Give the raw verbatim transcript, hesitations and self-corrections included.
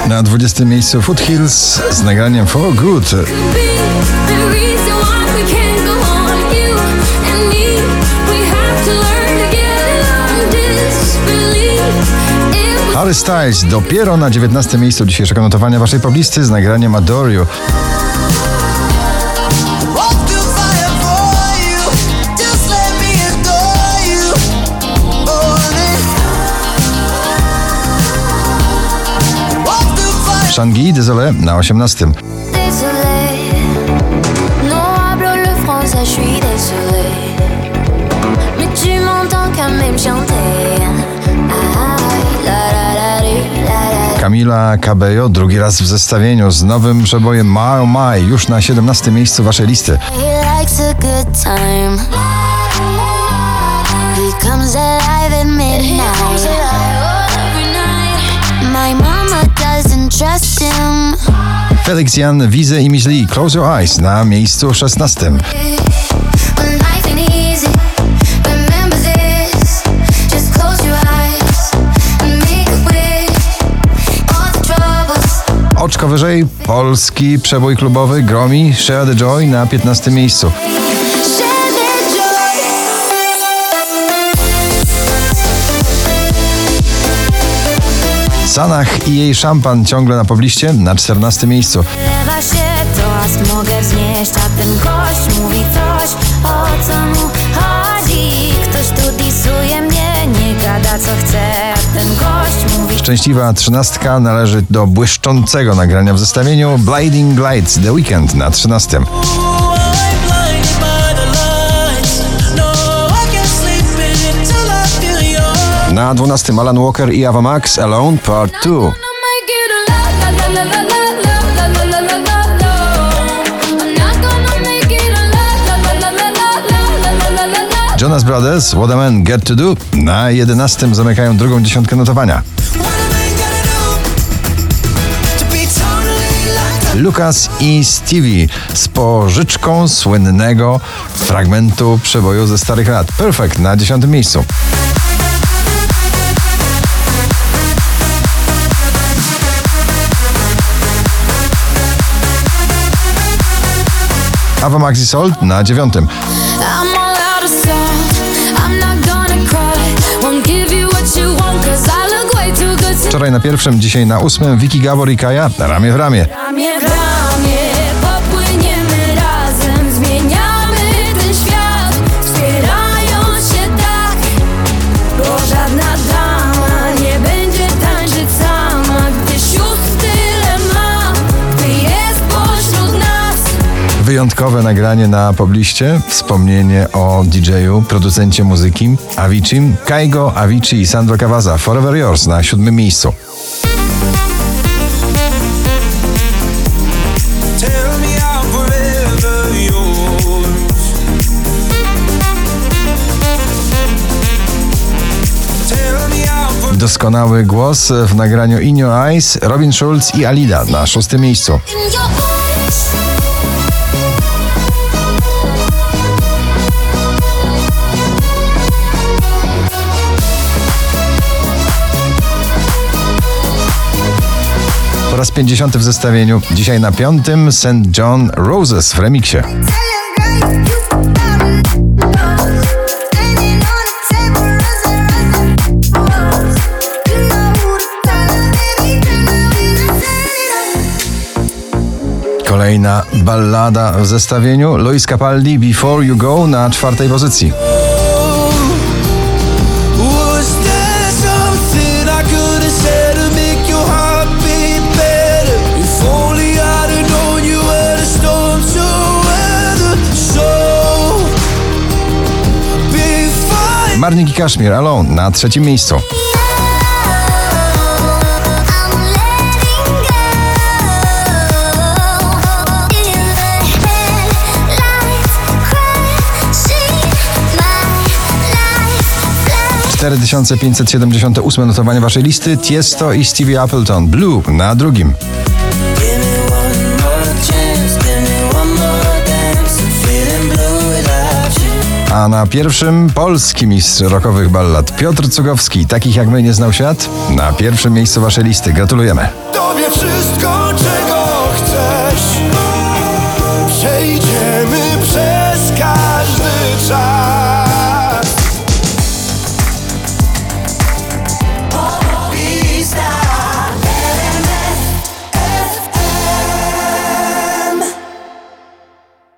Na dwudziestym miejscu Foothills z nagraniem For Good. Harry Styles dopiero na dziewiętnastym miejscu dzisiejszego notowania waszej poblisty z nagraniem Adore You. Shangi Désolé na osiemnastym. Camila Cabello drugi raz w zestawieniu z nowym przebojem My Oh My już na siedemnastym miejscu waszej listy. Felix Jan, Wizy i Miss Li, Close Your Eyes na miejscu szesnastym. Oczko wyżej, polski przebój klubowy Gromi, Share the Joy na piętnastym miejscu. Sanach i jej Szampan ciągle na pobliście na czternastym miejscu. Lewa się, to aż mogę wznieść, a ten gość mówi coś, o co mu chodzi. Ktoś tu disuje mnie, nie gada co chce, a ten gość mówi. Szczęśliwa trzynastka należy do błyszczącego nagrania w zestawieniu Blinding Lights The Weekend na trzynastym. Na dwunastym Alan Walker i Ava Max Alone Part dwa. Jonas Brothers What a Man Get to Do na jedenastym zamykają drugą dziesiątkę notowania. Lucas i Stevie z pożyczką słynnego fragmentu przeboju ze starych lat Perfect na dziesiątym miejscu. Ava Max i Salt na dziewiątym. Wczoraj na pierwszym, dzisiaj na ósmym Vicky Gabor i Kaja Ramię w ramię. Ramię w ramię, popłyniemy razem, zmieniamy ten świat, wspierając się tak, bo żadna dama nie będzie tańczyć sama, gdy sióstr tyle ma, gdy jest pośród nas. Wyjątkowe nagranie na pobliście, wspomnienie o didżeju, producencie muzyki Avicii, Kaigo, Avicii i Sandro Cavazza Forever Yours na siódmym miejscu. Doskonały głos w nagraniu In Your Eyes, Robin Schulz i Alida na szóstym miejscu. Po raz pięćdziesiąty w zestawieniu, dzisiaj na piątym Saint John Roses w remiksie. Kolejna ballada w zestawieniu Luis Capaldi Before You Go na czwartej pozycji. Marnik i Kaszmir Alone na trzecim miejscu. cztery tysiące pięćset siedemdziesiąte ósme notowanie waszej listy Tiesto i Stevie Appleton Blue na drugim. A na pierwszym polski mistrz rockowych ballad Piotr Cugowski. Takich jak my nie znał świat? Na pierwszym miejscu waszej listy. Gratulujemy. Tobie wszystko